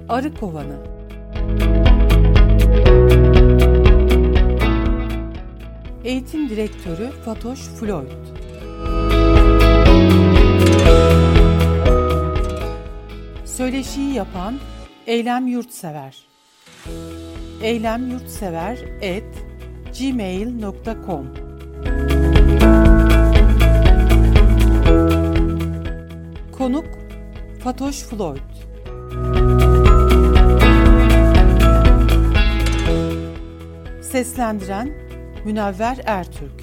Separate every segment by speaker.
Speaker 1: Arı Kovanı. Eğitim Direktörü Fatoş Floyd. Söyleşiyi yapan Eylem Yurtsever. eylemyurtsever@gmail.com. Konuk Fatoş Floyd. Seslendiren Münevver Ertürk.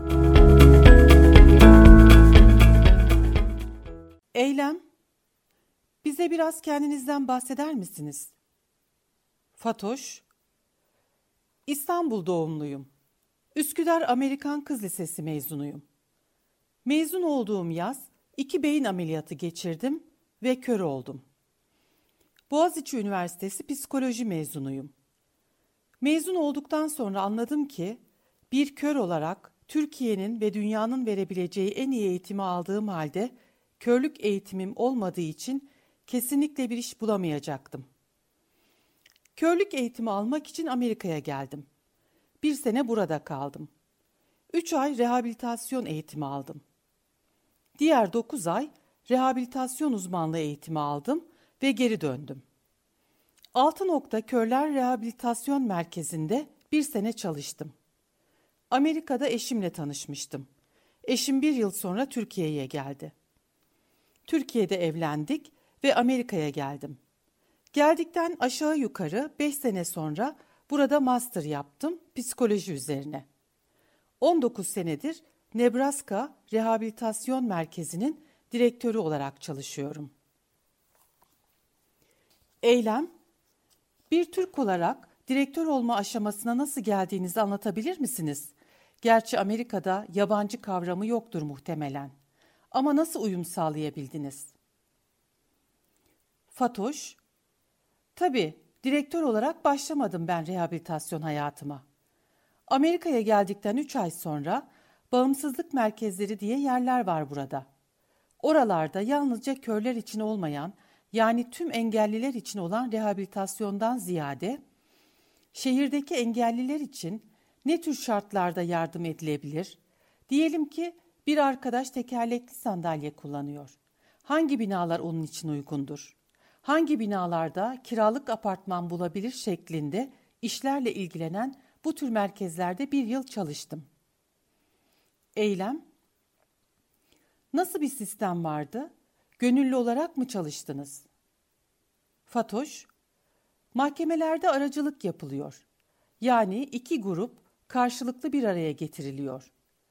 Speaker 1: Eylem, bize biraz kendinizden bahseder misiniz? Fatoş, İstanbul doğumluyum. Üsküdar Amerikan Kız Lisesi mezunuyum. Mezun olduğum yaz 2 beyin ameliyatı geçirdim ve kör oldum. Boğaziçi Üniversitesi Psikoloji mezunuyum. Mezun olduktan sonra anladım ki bir kör olarak Türkiye'nin ve dünyanın verebileceği en iyi eğitimi aldığım halde körlük eğitimim olmadığı için kesinlikle bir iş bulamayacaktım. Körlük eğitimi almak için Amerika'ya geldim. 1 sene burada kaldım. 3 ay rehabilitasyon eğitimi aldım. Diğer 9 ay rehabilitasyon uzmanlığı eğitimi aldım ve geri döndüm. Altınok'ta Körler Rehabilitasyon Merkezi'nde 1 sene çalıştım. Amerika'da eşimle tanışmıştım. Eşim 1 yıl sonra Türkiye'ye geldi. Türkiye'de evlendik ve Amerika'ya geldim. Geldikten aşağı yukarı 5 sene sonra burada master yaptım psikoloji üzerine. 19 senedir Nebraska Rehabilitasyon Merkezi'nin direktörü olarak çalışıyorum. Eylem, bir Türk olarak direktör olma aşamasına nasıl geldiğinizi anlatabilir misiniz? Gerçi Amerika'da yabancı kavramı yoktur muhtemelen. Ama nasıl uyum sağlayabildiniz? Fatoş, tabii direktör olarak başlamadım ben rehabilitasyon hayatıma. Amerika'ya geldikten 3 ay sonra bağımsızlık merkezleri diye yerler var burada. Oralarda yalnızca körler için olmayan, yani tüm engelliler için olan rehabilitasyondan ziyade, şehirdeki engelliler için ne tür şartlarda yardım edilebilir? Diyelim ki bir arkadaş tekerlekli sandalye kullanıyor. Hangi binalar onun için uygundur? Hangi binalarda kiralık apartman bulabilir şeklinde işlerle ilgilenen bu tür merkezlerde 1 yıl çalıştım. Eylem, nasıl bir sistem vardı? Gönüllü olarak mı çalıştınız? Fatoş, mahkemelerde aracılık yapılıyor. Yani 2 grup karşılıklı bir araya getiriliyor.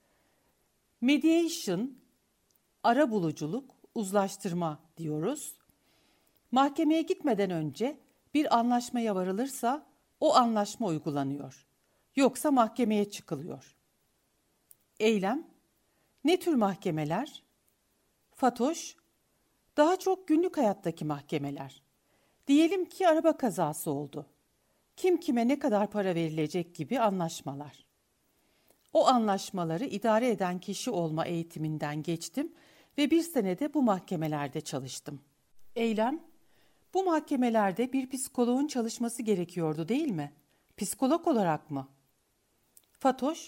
Speaker 1: Mediation, arabuluculuk, uzlaştırma diyoruz. Mahkemeye gitmeden önce bir anlaşmaya varılırsa o anlaşma uygulanıyor. Yoksa mahkemeye çıkılıyor. Eylem, ne tür mahkemeler? Fatoş, daha çok günlük hayattaki mahkemeler. Diyelim ki araba kazası oldu. Kim kime ne kadar para verilecek gibi anlaşmalar. O anlaşmaları idare eden kişi olma eğitiminden geçtim ve 1 senede bu mahkemelerde çalıştım. Eylem, bu mahkemelerde bir psikoloğun çalışması gerekiyordu değil mi? Psikolog olarak mı? Fatoş,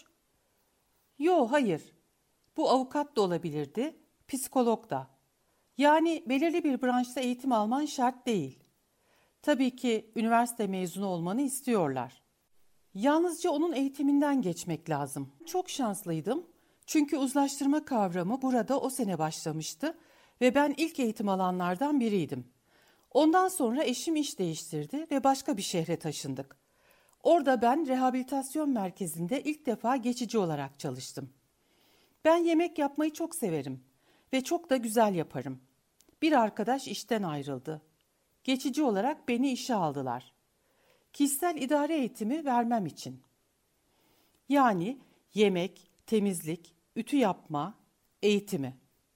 Speaker 1: yo hayır. Bu avukat da olabilirdi, psikolog da. Yani belirli bir branşta eğitim alman şart değil. Tabii ki üniversite mezunu olmanı istiyorlar. Yalnızca onun eğitiminden geçmek lazım. Çok şanslıydım çünkü uzlaştırma kavramı burada o sene başlamıştı ve ben ilk eğitim alanlardan biriydim. Ondan sonra eşim iş değiştirdi ve başka bir şehre taşındık. Orada ben rehabilitasyon merkezinde ilk defa geçici olarak çalıştım. Ben yemek yapmayı çok severim ve çok da güzel yaparım. Bir arkadaş işten ayrıldı. Geçici olarak beni işe aldılar. Kişisel idare eğitimi vermem için. Yani yemek, temizlik, ütü yapma, eğitimi.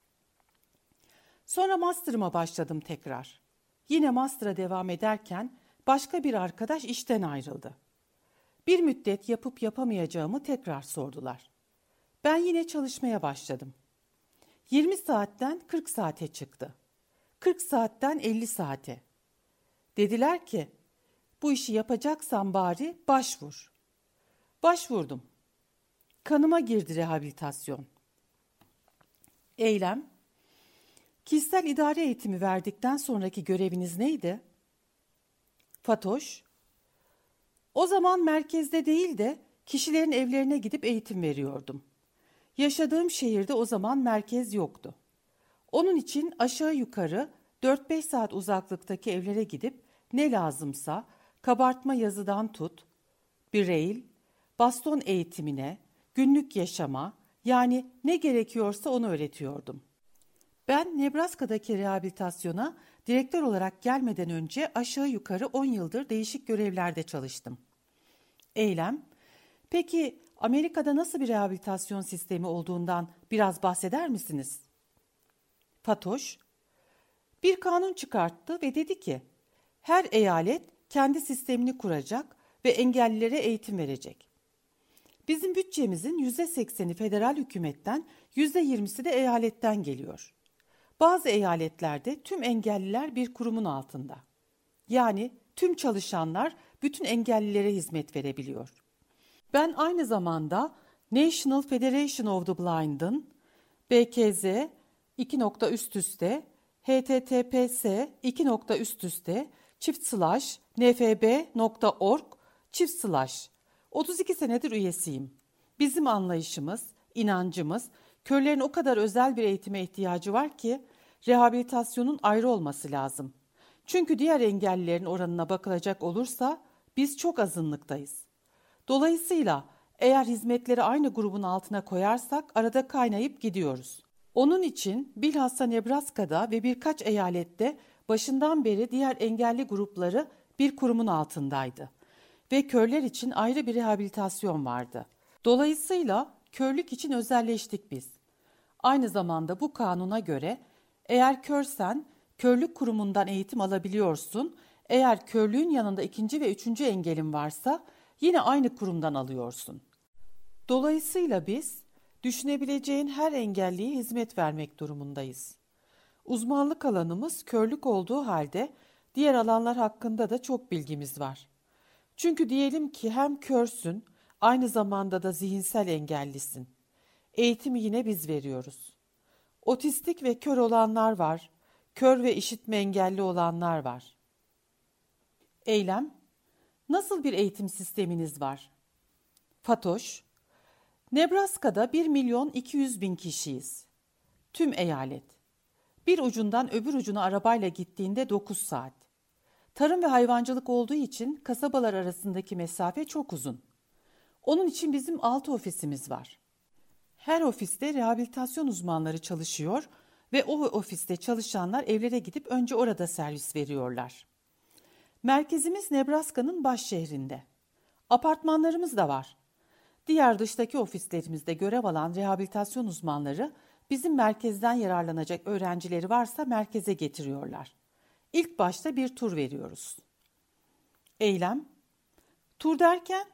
Speaker 1: Sonra master'ıma başladım tekrar. Yine master'a devam ederken başka bir arkadaş işten ayrıldı. Bir müddet yapıp yapamayacağımı tekrar sordular. Ben yine çalışmaya başladım. 20 saatten 40 saate çıktı. 40 saatten 50 saate. Dediler ki, bu işi yapacaksan bari başvur. Başvurdum. Kanıma girdi rehabilitasyon. Eylem, kişisel idare eğitimi verdikten sonraki göreviniz neydi? Fatoş, o zaman merkezde değil de kişilerin evlerine gidip eğitim veriyordum. Yaşadığım şehirde o zaman merkez yoktu. Onun için aşağı yukarı 4-5 saat uzaklıktaki evlere gidip ne lazımsa kabartma yazıdan tut, braille, baston eğitimine, günlük yaşama, yani ne gerekiyorsa onu öğretiyordum. Ben Nebraska'daki rehabilitasyona direktör olarak gelmeden önce aşağı yukarı 10 yıldır değişik görevlerde çalıştım. Eylem, peki Amerika'da nasıl bir rehabilitasyon sistemi olduğundan biraz bahseder misiniz? Fatoş, bir kanun çıkarttı ve dedi ki, her eyalet kendi sistemini kuracak ve engellilere eğitim verecek. Bizim bütçemizin %80'i federal hükümetten, %20'si de eyaletten geliyor. Bazı eyaletlerde tüm engelliler bir kurumun altında. Yani tüm çalışanlar bütün engellilere hizmet verebiliyor. Ben aynı zamanda National Federation of the Blind'ın BKZ https://nfb.org//. 32 senedir üyesiyim. Bizim anlayışımız, inancımız, körlerin o kadar özel bir eğitime ihtiyacı var ki rehabilitasyonun ayrı olması lazım. Çünkü diğer engellilerin oranına bakılacak olursa biz çok azınlıktayız. Dolayısıyla eğer hizmetleri aynı grubun altına koyarsak arada kaynayıp gidiyoruz. Onun için bilhassa Nebraska'da ve birkaç eyalette başından beri diğer engelli grupları bir kurumun altındaydı. Ve körler için ayrı bir rehabilitasyon vardı. Dolayısıyla körlük için özelleştik biz. Aynı zamanda bu kanuna göre eğer körsen körlük kurumundan eğitim alabiliyorsun, eğer körlüğün yanında ikinci ve üçüncü engelin varsa yine aynı kurumdan alıyorsun. Dolayısıyla biz düşünebileceğin her engelliye hizmet vermek durumundayız. Uzmanlık alanımız körlük olduğu halde diğer alanlar hakkında da çok bilgimiz var. Çünkü diyelim ki hem körsün, aynı zamanda da zihinsel engellisin. Eğitimi yine biz veriyoruz. Otistik ve kör olanlar var, kör ve işitme engelli olanlar var. Eylem, nasıl bir eğitim sisteminiz var? Fatoş, Nebraska'da 1.200.000 kişiyiz. Tüm eyalet. Bir ucundan öbür ucuna arabayla gittiğinde 9 saat. Tarım ve hayvancılık olduğu için kasabalar arasındaki mesafe çok uzun. Onun için bizim 6 ofisimiz var. Her ofiste rehabilitasyon uzmanları çalışıyor ve o ofiste çalışanlar evlere gidip önce orada servis veriyorlar. Merkezimiz Nebraska'nın baş şehrinde. Apartmanlarımız da var. Diğer dıştaki ofislerimizde görev alan rehabilitasyon uzmanları bizim merkezden yararlanacak öğrencileri varsa merkeze getiriyorlar. İlk başta bir tur veriyoruz. Eylem, tur derken?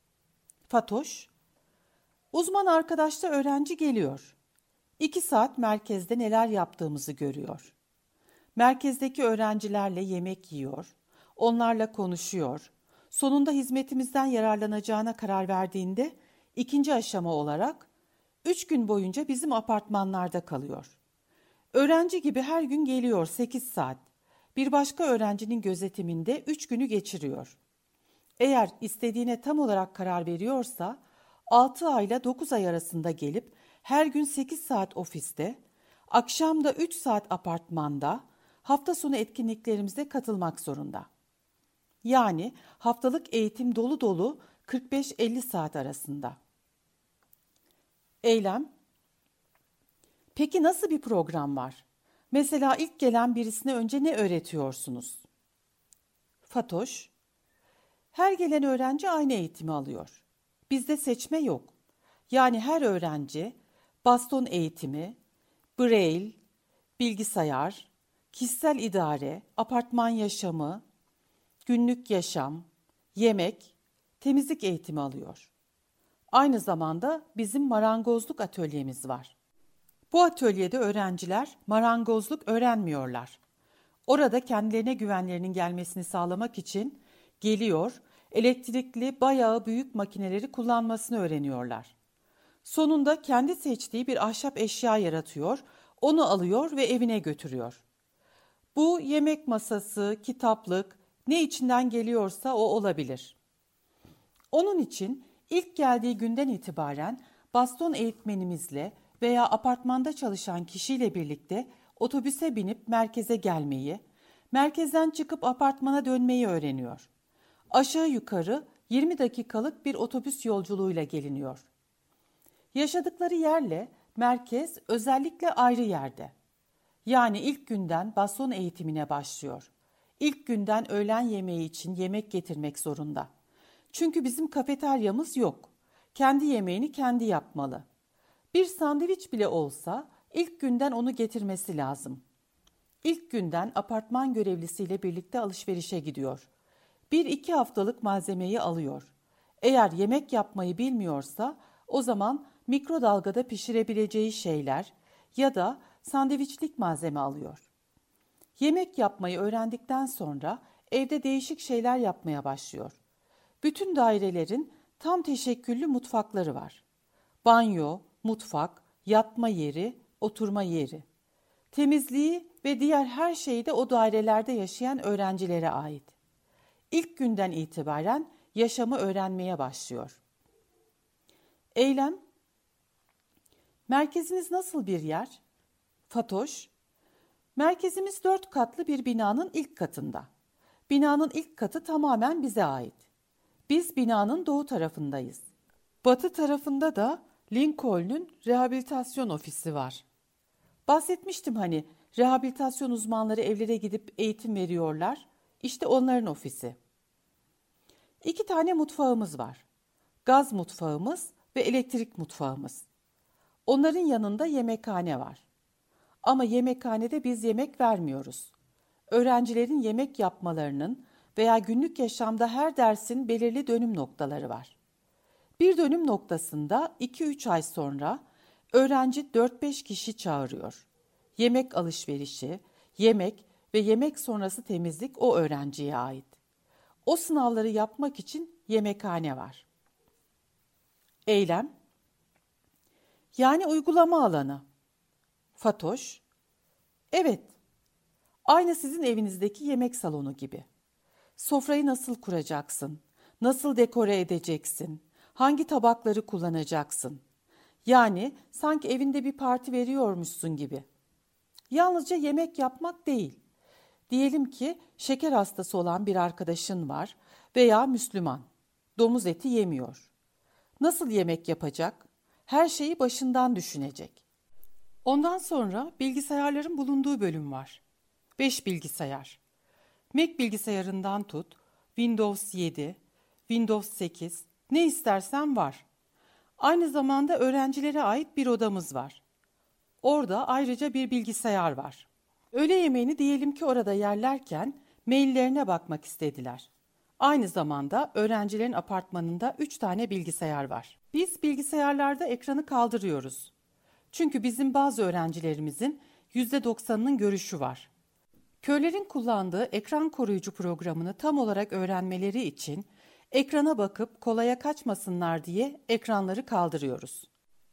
Speaker 1: Fatoş, uzman arkadaşla öğrenci geliyor. 2 saat merkezde neler yaptığımızı görüyor. Merkezdeki öğrencilerle yemek yiyor, onlarla konuşuyor. Sonunda hizmetimizden yararlanacağına karar verdiğinde ikinci aşama olarak 3 gün boyunca bizim apartmanlarda kalıyor. Öğrenci gibi her gün geliyor 8 saat. Bir başka öğrencinin gözetiminde 3 günü geçiriyor. Eğer istediğine tam olarak karar veriyorsa 6 ay ile 9 ay arasında gelip her gün 8 saat ofiste, akşam da 3 saat apartmanda, hafta sonu etkinliklerimize katılmak zorunda. Yani haftalık eğitim dolu dolu 45-50 saat arasında. Eylem, peki nasıl bir program var? Mesela ilk gelen birisine önce ne öğretiyorsunuz? Fatoş, her gelen öğrenci aynı eğitimi alıyor. Bizde seçme yok. Yani her öğrenci baston eğitimi, braille, bilgisayar, kişisel idare, apartman yaşamı, günlük yaşam, yemek, temizlik eğitimi alıyor. Aynı zamanda bizim marangozluk atölyemiz var. Bu atölyede öğrenciler marangozluk öğrenmiyorlar. Orada kendilerine güvenlerinin gelmesini sağlamak için geliyor, elektrikli bayağı büyük makineleri kullanmasını öğreniyorlar. Sonunda kendi seçtiği bir ahşap eşya yaratıyor, onu alıyor ve evine götürüyor. Bu yemek masası, kitaplık, ne içinden geliyorsa o olabilir. Onun için ilk geldiği günden itibaren baston eğitmenimizle veya apartmanda çalışan kişiyle birlikte otobüse binip merkeze gelmeyi, merkezden çıkıp apartmana dönmeyi öğreniyor. Aşağı yukarı 20 dakikalık bir otobüs yolculuğuyla geliniyor. Yaşadıkları yerle merkez özellikle ayrı yerde. Yani ilk günden baston eğitimine başlıyor. İlk günden öğlen yemeği için yemek getirmek zorunda. Çünkü bizim kafeteryamız yok. Kendi yemeğini kendi yapmalı. Bir sandviç bile olsa ilk günden onu getirmesi lazım. İlk günden apartman görevlisiyle birlikte alışverişe gidiyor. 1-2 haftalık malzemeyi alıyor. Eğer yemek yapmayı bilmiyorsa o zaman mikrodalgada pişirebileceği şeyler ya da sandviçlik malzeme alıyor. Yemek yapmayı öğrendikten sonra evde değişik şeyler yapmaya başlıyor. Bütün dairelerin tam teşekküllü mutfakları var. Banyo, mutfak, yatma yeri, oturma yeri. Temizliği ve diğer her şey de o dairelerde yaşayan öğrencilere ait. İlk günden itibaren yaşamı öğrenmeye başlıyor. Eylem: merkeziniz nasıl bir yer? Fatoş: merkezimiz 4 katlı bir binanın ilk katında. Binanın ilk katı tamamen bize ait. Biz binanın doğu tarafındayız. Batı tarafında da Lincoln'un rehabilitasyon ofisi var. Bahsetmiştim hani, rehabilitasyon uzmanları evlere gidip eğitim veriyorlar. İşte onların ofisi. 2 tane mutfağımız var. Gaz mutfağımız ve elektrik mutfağımız. Onların yanında yemekhane var. Ama yemekhanede biz yemek vermiyoruz. Öğrencilerin yemek yapmalarının veya günlük yaşamda her dersin belirli dönüm noktaları var. Bir dönüm noktasında 2-3 ay sonra öğrenci 4-5 kişi çağırıyor. Yemek alışverişi, yemek ve yemek sonrası temizlik o öğrenciye ait. O sınavları yapmak için yemekhane var. Eylem: yani uygulama alanı. Fatoş: evet, aynı sizin evinizdeki yemek salonu gibi. Sofrayı nasıl kuracaksın? Nasıl dekore edeceksin? Hangi tabakları kullanacaksın? Yani sanki evinde bir parti veriyormuşsun gibi. Yalnızca yemek yapmak değil. Diyelim ki şeker hastası olan bir arkadaşın var veya Müslüman. Domuz eti yemiyor. Nasıl yemek yapacak? Her şeyi başından düşünecek. Ondan sonra bilgisayarların bulunduğu bölüm var. 5 bilgisayar. Mac bilgisayarından tut, Windows 7, Windows 8, ne istersen var. Aynı zamanda öğrencilere ait bir odamız var. Orada ayrıca bir bilgisayar var. Öğle yemeğini diyelim ki orada yerlerken maillerine bakmak istediler. Aynı zamanda öğrencilerin apartmanında 3 tane bilgisayar var. Biz bilgisayarlarda ekranı kaldırıyoruz. Çünkü bizim bazı öğrencilerimizin %90'ının görüşü var. Körlerin kullandığı ekran koruyucu programını tam olarak öğrenmeleri için ekrana bakıp kolaya kaçmasınlar diye ekranları kaldırıyoruz.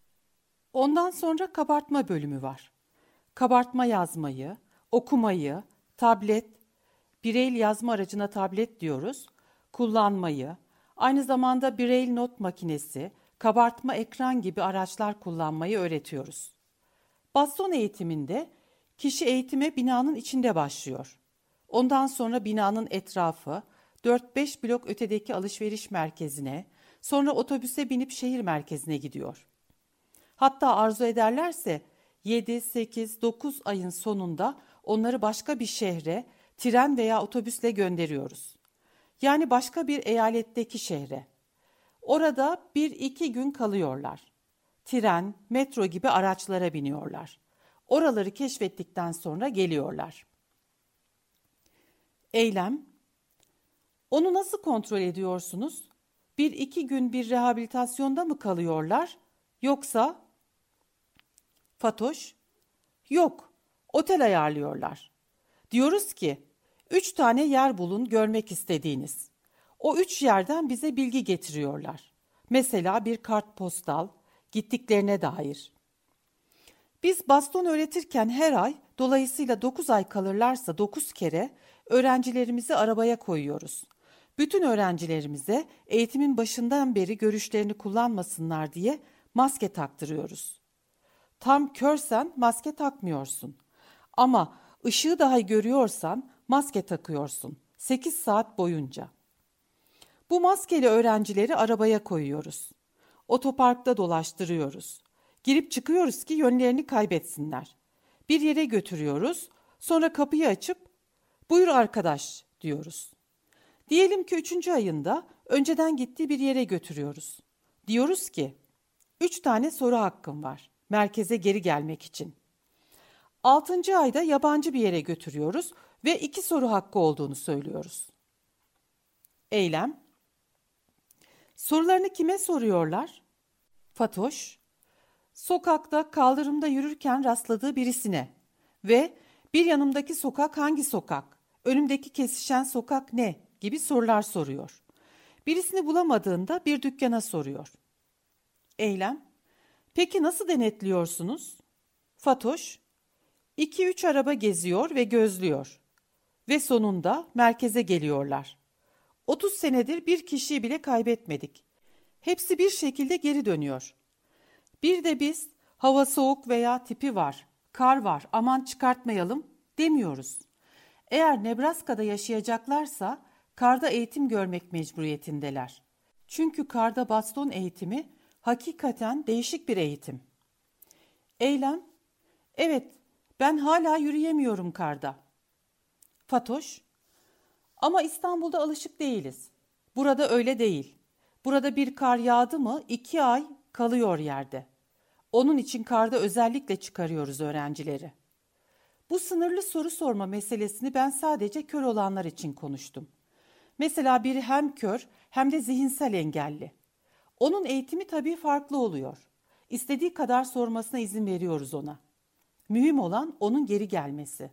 Speaker 1: Ondan sonra kabartma bölümü var. Kabartma yazmayı, okumayı, tablet, Braille yazma aracına tablet diyoruz, kullanmayı, aynı zamanda Braille not makinesi, kabartma ekran gibi araçlar kullanmayı öğretiyoruz. Baston eğitiminde kişi eğitime binanın içinde başlıyor. Ondan sonra binanın etrafı, 4-5 blok ötedeki alışveriş merkezine, sonra otobüse binip şehir merkezine gidiyor. Hatta arzu ederlerse 7, 8, 9 ayın sonunda onları başka bir şehre tren veya otobüsle gönderiyoruz. Yani başka bir eyaletteki şehre. Orada 1-2 gün kalıyorlar. Tren, metro gibi araçlara biniyorlar. Oraları keşfettikten sonra geliyorlar. Eylem: onu nasıl kontrol ediyorsunuz? 1-2 gün bir rehabilitasyonda mı kalıyorlar? Yoksa? Fatoş: yok, otel ayarlıyorlar. Diyoruz ki 3 tane yer bulun görmek istediğiniz. O 3 yerden bize bilgi getiriyorlar. Mesela bir kartpostal, gittiklerine dair. Biz baston öğretirken her ay, dolayısıyla 9 ay kalırlarsa 9 kere öğrencilerimizi arabaya koyuyoruz. Bütün öğrencilerimize eğitimin başından beri görüşlerini kullanmasınlar diye maske taktırıyoruz. Tam körsen maske takmıyorsun. Ama ışığı dahi görüyorsan maske takıyorsun 8 saat boyunca. Bu maskeli öğrencileri arabaya koyuyoruz. Otoparkta dolaştırıyoruz. Girip çıkıyoruz ki yönlerini kaybetsinler. Bir yere götürüyoruz, sonra kapıyı açıp "Buyur arkadaş" diyoruz. Diyelim ki 3. ayında önceden gittiği bir yere götürüyoruz. Diyoruz ki 3 tane soru hakkın var merkeze geri gelmek için. 6. ayda yabancı bir yere götürüyoruz ve 2 soru hakkı olduğunu söylüyoruz. Eylem. Sorularını kime soruyorlar? Fatoş, sokakta kaldırımda yürürken rastladığı birisine ve "Bir yanımdaki sokak hangi sokak? Önümdeki kesişen sokak ne?" gibi sorular soruyor. Birisini bulamadığında bir dükkana soruyor. Eylem, peki nasıl denetliyorsunuz? Fatoş, 2-3 araba geziyor ve gözlüyor. Ve sonunda merkeze geliyorlar. 30 senedir bir kişiyi bile kaybetmedik. Hepsi bir şekilde geri dönüyor. Bir de biz hava soğuk veya tipi var, kar var, aman çıkartmayalım demiyoruz. Eğer Nebraska'da yaşayacaklarsa karda eğitim görmek mecburiyetindeler. Çünkü karda baston eğitimi hakikaten değişik bir eğitim. Eylem, evet ben hala yürüyemiyorum karda. Fatoş, ama İstanbul'da alışık değiliz. Burada öyle değil. Burada bir kar yağdı mı 2 ay kalıyor yerde. Onun için karda özellikle çıkarıyoruz öğrencileri. Bu sınırlı soru sorma meselesini ben sadece kör olanlar için konuştum. Mesela biri hem kör hem de zihinsel engelli. Onun eğitimi tabii farklı oluyor. İstediği kadar sormasına izin veriyoruz ona. Mühim olan onun geri gelmesi.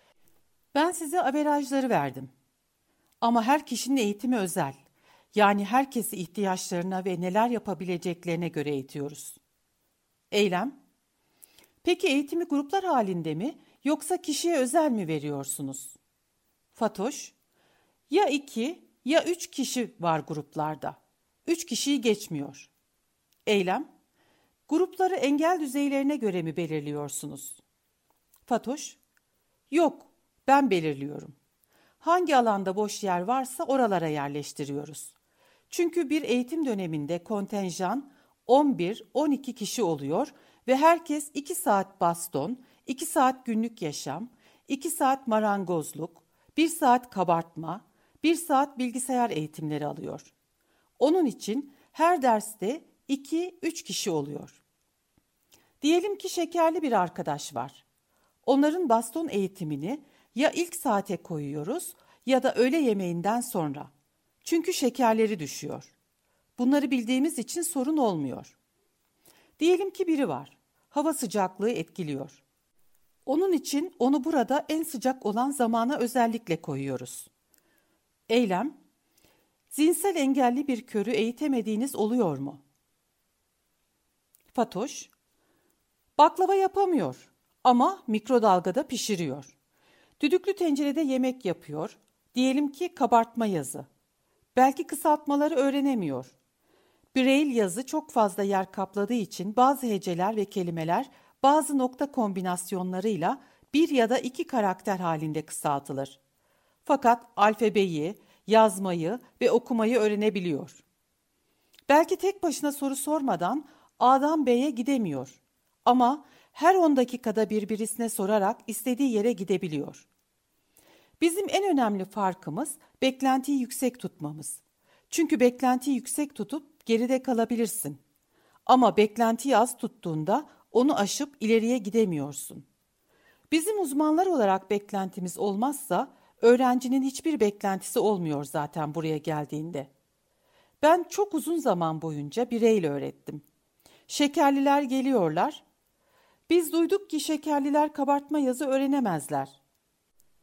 Speaker 1: Ben size averajları verdim. Ama her kişinin eğitimi özel. Yani herkesi ihtiyaçlarına ve neler yapabileceklerine göre eğitiyoruz. Eylem. Peki eğitimi gruplar halinde mi yoksa kişiye özel mi veriyorsunuz? Fatoş. Ya 2 ya 3 kişi var gruplarda. 3 kişiyi geçmiyor. Eylem. Grupları engel düzeylerine göre mi belirliyorsunuz? Fatoş. Yok, ben belirliyorum. Hangi alanda boş yer varsa oralara yerleştiriyoruz. Çünkü bir eğitim döneminde kontenjan 11-12 kişi oluyor ve herkes 2 saat baston, 2 saat günlük yaşam, 2 saat marangozluk, 1 saat kabartma, 1 saat bilgisayar eğitimleri alıyor. Onun için her derste 2-3 kişi oluyor. Diyelim ki şekerli bir arkadaş var. Onların baston eğitimini ya ilk saate koyuyoruz ya da öğle yemeğinden sonra. Çünkü şekerleri düşüyor. Bunları bildiğimiz için sorun olmuyor. Diyelim ki biri var. Hava sıcaklığı etkiliyor. Onun için onu burada en sıcak olan zamana özellikle koyuyoruz. Eylem, zihinsel engelli bir körü eğitemediğiniz oluyor mu? Fatoş, baklava yapamıyor ama mikrodalgada pişiriyor. Düdüklü tencerede yemek yapıyor. Diyelim ki kabartma yazı. Belki kısaltmaları öğrenemiyor. Braille yazı çok fazla yer kapladığı için bazı heceler ve kelimeler bazı nokta kombinasyonlarıyla 1 ya da 2 karakter halinde kısaltılır. Fakat alfabeyi, yazmayı ve okumayı öğrenebiliyor. Belki tek başına soru sormadan A'dan B'ye gidemiyor. Ama her 10 dakikada birisine sorarak istediği yere gidebiliyor. Bizim en önemli farkımız beklentiyi yüksek tutmamız. Çünkü beklentiyi yüksek tutup geride kalabilirsin. Ama beklentiyi az tuttuğunda onu aşıp ileriye gidemiyorsun. Bizim uzmanlar olarak beklentimiz olmazsa öğrencinin hiçbir beklentisi olmuyor zaten buraya geldiğinde. Ben çok uzun zaman boyunca bireyle öğrettim. Şekerliler geliyorlar. Biz duyduk ki şekerliler kabartma yazı öğrenemezler.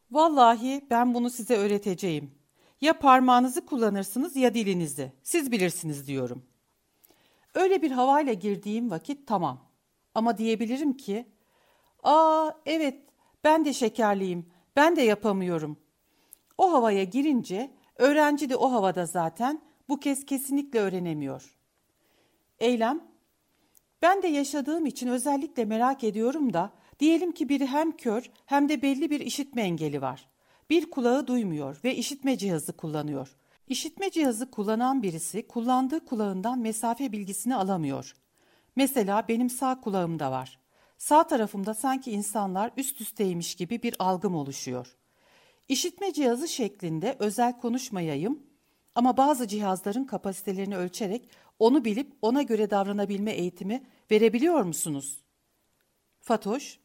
Speaker 1: Vallahi ben bunu size öğreteceğim. Ya parmağınızı kullanırsınız ya dilinizi. Siz bilirsiniz diyorum. Öyle bir havayla girdiğim vakit tamam. Ama diyebilirim ki, aa evet ben de şekerliyim, ben de yapamıyorum. O havaya girince öğrenci de o havada zaten bu kez kesinlikle öğrenemiyor. Eylem, ben de yaşadığım için özellikle merak ediyorum da diyelim ki biri hem kör hem de belli bir işitme engeli var. Bir kulağı duymuyor ve işitme cihazı kullanıyor. İşitme cihazı kullanan birisi kullandığı kulağından mesafe bilgisini alamıyor. Mesela benim sağ kulağımda var. Sağ tarafımda sanki insanlar üst üsteymiş gibi bir algım oluşuyor. İşitme cihazı şeklinde özel konuşmayayım ama bazı cihazların kapasitelerini ölçerek onu bilip ona göre davranabilme eğitimi verebiliyor musunuz? Fatoş,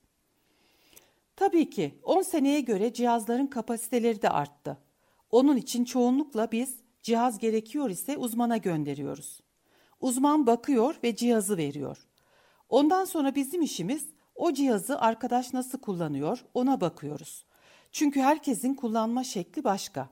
Speaker 1: tabii ki 10 seneye göre cihazların kapasiteleri de arttı. Onun için çoğunlukla biz cihaz gerekiyor ise uzmana gönderiyoruz. Uzman bakıyor ve cihazı veriyor. Ondan sonra bizim işimiz o cihazı arkadaş nasıl kullanıyor ona bakıyoruz. Çünkü herkesin kullanma şekli başka.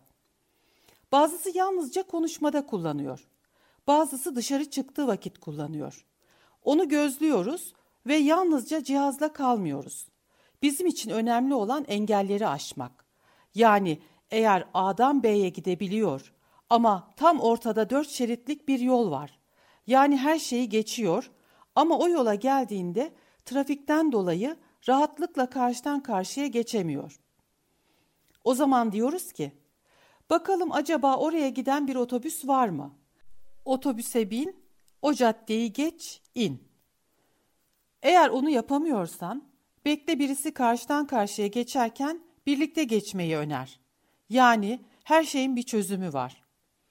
Speaker 1: Bazısı yalnızca konuşmada kullanıyor. Bazısı dışarı çıktığı vakit kullanıyor. Onu gözlüyoruz ve yalnızca cihazla kalmıyoruz. Bizim için önemli olan engelleri aşmak. Yani eğer A'dan B'ye gidebiliyor ama tam ortada 4 şeritlik bir yol var. Yani her şeyi geçiyor ama o yola geldiğinde trafikten dolayı rahatlıkla karşıdan karşıya geçemiyor. O zaman diyoruz ki, bakalım acaba oraya giden bir otobüs var mı? Otobüse bin, o caddeyi geç, in. Eğer onu yapamıyorsan, bekle birisi karşıdan karşıya geçerken birlikte geçmeyi öner. Yani her şeyin bir çözümü var.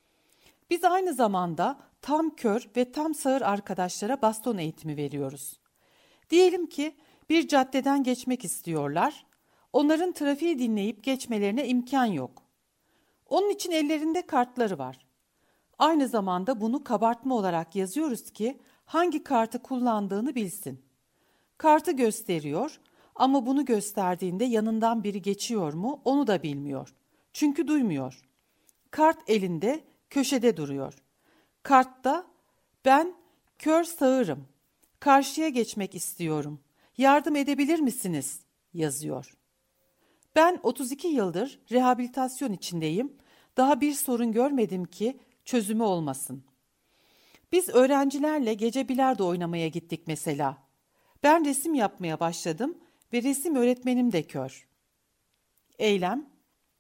Speaker 1: Biz aynı zamanda tam kör ve tam sağır arkadaşlara baston eğitimi veriyoruz. Diyelim ki bir caddeden geçmek istiyorlar. Onların trafiği dinleyip geçmelerine imkan yok. Onun için ellerinde kartları var. Aynı zamanda bunu kabartma olarak yazıyoruz ki hangi kartı kullandığını bilsin. Kartı gösteriyor ama bunu gösterdiğinde yanından biri geçiyor mu onu da bilmiyor. Çünkü duymuyor. Kart elinde, köşede duruyor. Kartta ben kör sağırım, karşıya geçmek istiyorum, yardım edebilir misiniz yazıyor. Ben 32 yıldır rehabilitasyon içindeyim, daha bir sorun görmedim ki çözümü olmasın. Biz öğrencilerle gece bilardo oynamaya gittik mesela. Ben resim yapmaya başladım ve resim öğretmenim de kör. Eylem,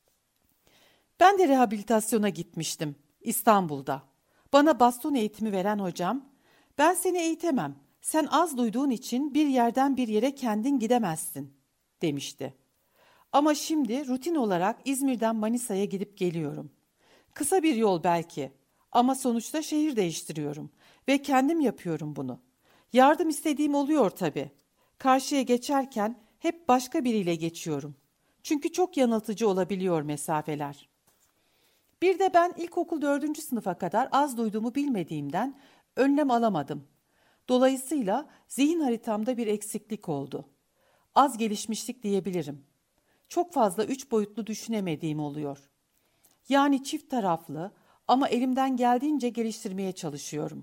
Speaker 1: ben de rehabilitasyona gitmiştim İstanbul'da. Bana baston eğitimi veren hocam, ben seni eğitemem, sen az duyduğun için bir yerden bir yere kendin gidemezsin demişti. Ama şimdi rutin olarak İzmir'den Manisa'ya gidip geliyorum. Kısa bir yol belki ama sonuçta şehir değiştiriyorum ve kendim yapıyorum bunu. Yardım istediğim oluyor tabii. Karşıya geçerken hep başka biriyle geçiyorum. Çünkü çok yanıltıcı olabiliyor mesafeler. Bir de ben ilkokul 4. sınıfa kadar az duyduğumu bilmediğimden önlem alamadım. Dolayısıyla zihin haritamda bir eksiklik oldu. Az gelişmişlik diyebilirim. Çok fazla 3 boyutlu düşünemediğim oluyor. Yani çift taraflı ama elimden geldiğince geliştirmeye çalışıyorum.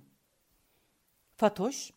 Speaker 1: Fatoş,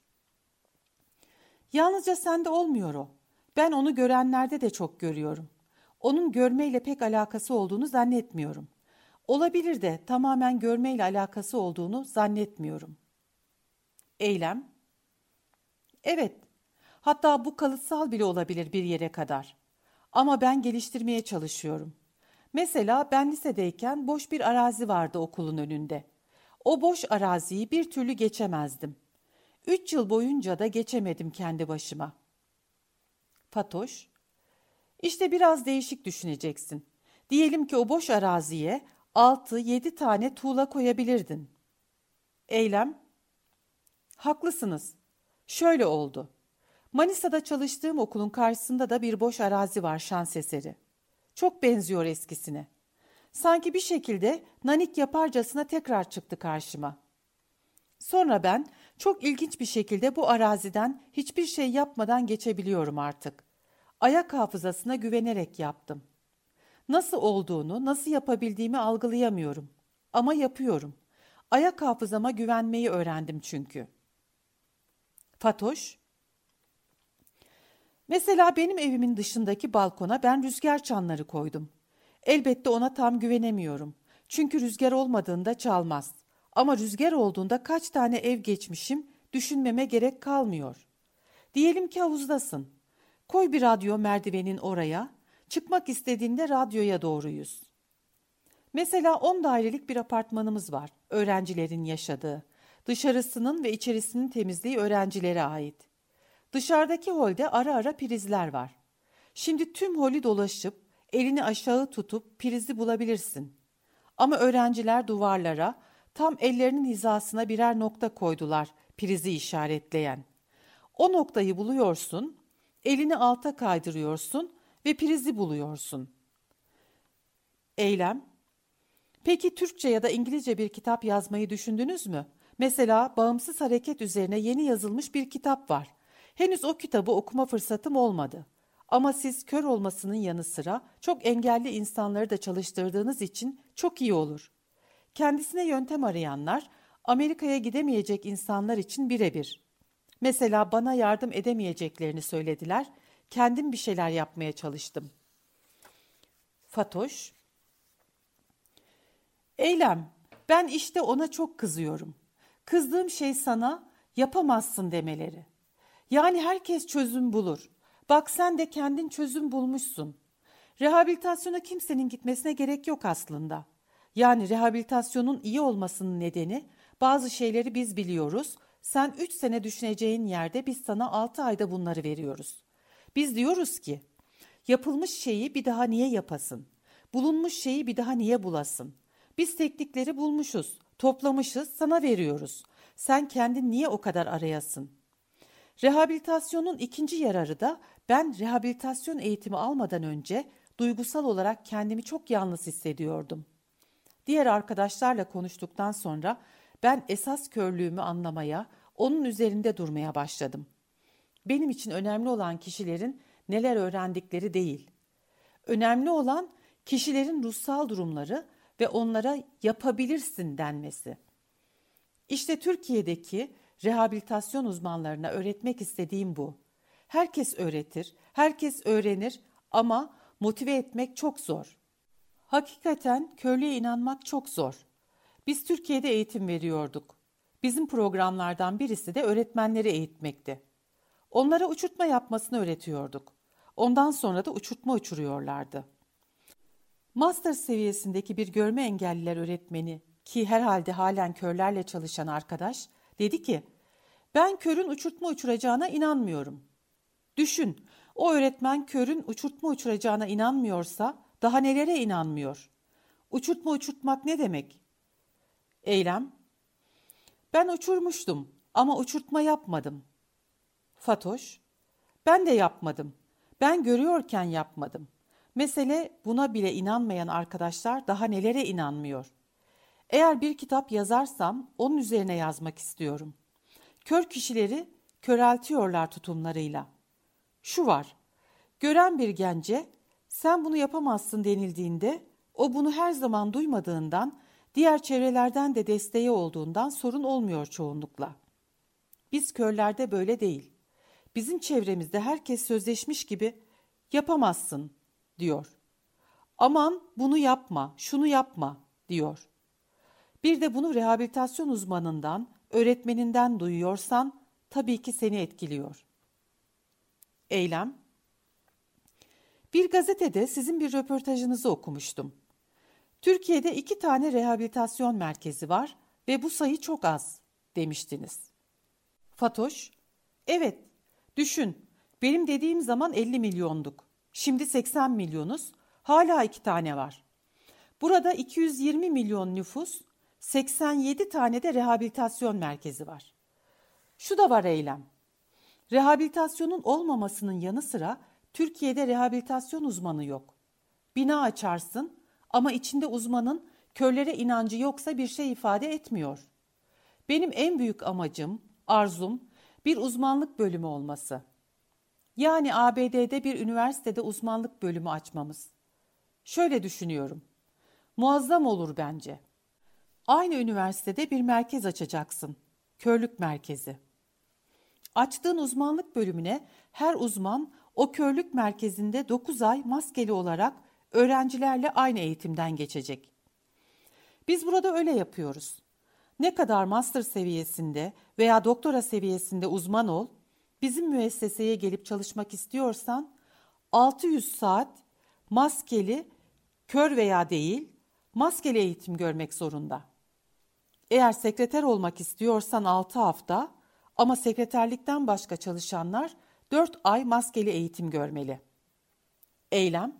Speaker 1: yalnızca sende olmuyor o. Ben onu görenlerde de çok görüyorum. Onun görmeyle pek alakası olduğunu zannetmiyorum. Olabilir de tamamen görmeyle alakası olduğunu zannetmiyorum. Eylem, evet, hatta bu kalıtsal bile olabilir bir yere kadar. Ama ben geliştirmeye çalışıyorum. Mesela ben lisedeyken boş bir arazi vardı okulun önünde. O boş araziyi bir türlü geçemezdim. 3 yıl boyunca da geçemedim kendi başıma. Fatoş, işte biraz değişik düşüneceksin. Diyelim ki o boş araziye 6-7 tane tuğla koyabilirdin. Eylem, haklısınız. Şöyle oldu. Manisa'da çalıştığım okulun karşısında da bir boş arazi var şans eseri. Çok benziyor eskisine. Sanki bir şekilde nanik yaparcasına tekrar çıktı karşıma. Sonra ben çok ilginç bir şekilde bu araziden hiçbir şey yapmadan geçebiliyorum artık. Ayak hafızasına güvenerek yaptım. Nasıl olduğunu, nasıl yapabildiğimi algılayamıyorum. Ama yapıyorum. Ayak hafızama güvenmeyi öğrendim çünkü. Fatoş, mesela benim evimin dışındaki balkona ben rüzgar çanları koydum. Elbette ona tam güvenemiyorum. Çünkü rüzgar olmadığında çalmaz. Ama rüzgar olduğunda kaç tane ev geçmişim düşünmeme gerek kalmıyor. Diyelim ki havuzdasın. Koy bir radyo merdivenin oraya. Çıkmak istediğinde radyoya doğru yüz. Mesela 10 dairelik bir apartmanımız var. Öğrencilerin yaşadığı. Dışarısının ve içerisinin temizliği öğrencilere ait. Dışarıdaki holde ara ara prizler var. Şimdi tüm holü dolaşıp elini aşağı tutup prizi bulabilirsin. Ama öğrenciler duvarlara tam ellerinin hizasına birer nokta koydular prizi işaretleyen. O noktayı buluyorsun, elini alta kaydırıyorsun ve prizi buluyorsun. Eylem. Peki Türkçe ya da İngilizce bir kitap yazmayı düşündünüz mü? Mesela bağımsız hareket üzerine yeni yazılmış bir kitap var. Henüz o kitabı okuma fırsatım olmadı. Ama siz kör olmasının yanı sıra çok engelli insanları da çalıştırdığınız için çok iyi olur. Kendisine yöntem arayanlar, Amerika'ya gidemeyecek insanlar için birebir. Mesela bana yardım edemeyeceklerini söylediler, kendim bir şeyler yapmaya çalıştım. Fatoş, Eylem, ben işte ona çok kızıyorum. Kızdığım şey sana yapamazsın demeleri. Yani herkes çözüm bulur. Bak sen de kendin çözüm bulmuşsun. Rehabilitasyona kimsenin gitmesine gerek yok aslında. Yani rehabilitasyonun iyi olmasının nedeni bazı şeyleri biz biliyoruz. Sen 3 sene düşüneceğin yerde biz sana 6 ayda bunları veriyoruz. Biz diyoruz ki yapılmış şeyi bir daha niye yapasın? Bulunmuş şeyi bir daha niye bulasın? Biz teknikleri bulmuşuz, toplamışız, sana veriyoruz. Sen kendin niye o kadar arayasın? Rehabilitasyonun ikinci yararı da ben rehabilitasyon eğitimi almadan önce duygusal olarak kendimi çok yalnız hissediyordum. Diğer arkadaşlarla konuştuktan sonra ben esas körlüğümü anlamaya, onun üzerinde durmaya başladım. Benim için önemli olan kişilerin neler öğrendikleri değil. Önemli olan kişilerin ruhsal durumları ve onlara yapabilirsin denmesi. İşte Türkiye'deki rehabilitasyon uzmanlarına öğretmek istediğim bu. Herkes öğretir, herkes öğrenir ama motive etmek çok zor. Hakikaten körlüğe inanmak çok zor. Biz Türkiye'de eğitim veriyorduk. Bizim programlardan birisi de öğretmenleri eğitmekti. Onlara uçurtma yapmasını öğretiyorduk. Ondan sonra da uçurtma uçuruyorlardı. Master seviyesindeki bir görme engelliler öğretmeni ki herhalde halen körlerle çalışan arkadaş dedi ki, ben körün uçurtma uçuracağına inanmıyorum. Düşün, o öğretmen körün uçurtma uçuracağına inanmıyorsa daha nelere inanmıyor? Uçurtma uçurtmak ne demek? Eylem, ben uçurmuştum ama uçurtma yapmadım. Fatoş, ben de yapmadım. Ben görüyorken yapmadım. Mesele buna bile inanmayan arkadaşlar daha nelere inanmıyor. Eğer bir kitap yazarsam onun üzerine yazmak istiyorum. Kör kişileri köreltiyorlar tutumlarıyla. Şu var, gören bir gence sen bunu yapamazsın denildiğinde o bunu her zaman duymadığından diğer çevrelerden de desteği olduğundan sorun olmuyor çoğunlukla. Biz körlerde böyle değil. Bizim çevremizde herkes sözleşmiş gibi yapamazsın diyor. Aman bunu yapma, şunu yapma diyor. Bir de bunu rehabilitasyon uzmanından, öğretmeninden duyuyorsan tabii ki seni etkiliyor. Eylem. Bir gazetede sizin bir röportajınızı okumuştum. Türkiye'de 2 tane rehabilitasyon merkezi var ve bu sayı çok az demiştiniz. Fatoş, evet, düşün, benim dediğim zaman 50 milyonduk. Şimdi 80 milyonuz, hala 2 tane var. Burada 220 milyon nüfus, 87 tane de rehabilitasyon merkezi var. Şu da var Eylem. Rehabilitasyonun olmamasının yanı sıra Türkiye'de rehabilitasyon uzmanı yok. Bina açarsın ama içinde uzmanın körlere inancı yoksa bir şey ifade etmiyor. Benim en büyük amacım, arzum bir uzmanlık bölümü olması. Yani ABD'de bir üniversitede uzmanlık bölümü açmamız. Şöyle düşünüyorum. Muazzam olur bence. Aynı üniversitede bir merkez açacaksın. Körlük merkezi. Açtığın uzmanlık bölümüne her uzman o körlük merkezinde 9 ay maskeli olarak öğrencilerle aynı eğitimden geçecek. Biz burada öyle yapıyoruz. Ne kadar master seviyesinde veya doktora seviyesinde uzman ol, bizim müesseseye gelip çalışmak istiyorsan 600 saat maskeli, kör veya değil, maskeli eğitim görmek zorunda. Eğer sekreter olmak istiyorsan 6 hafta ama sekreterlikten başka çalışanlar 4 ay maskeli eğitim görmeli. Eylem.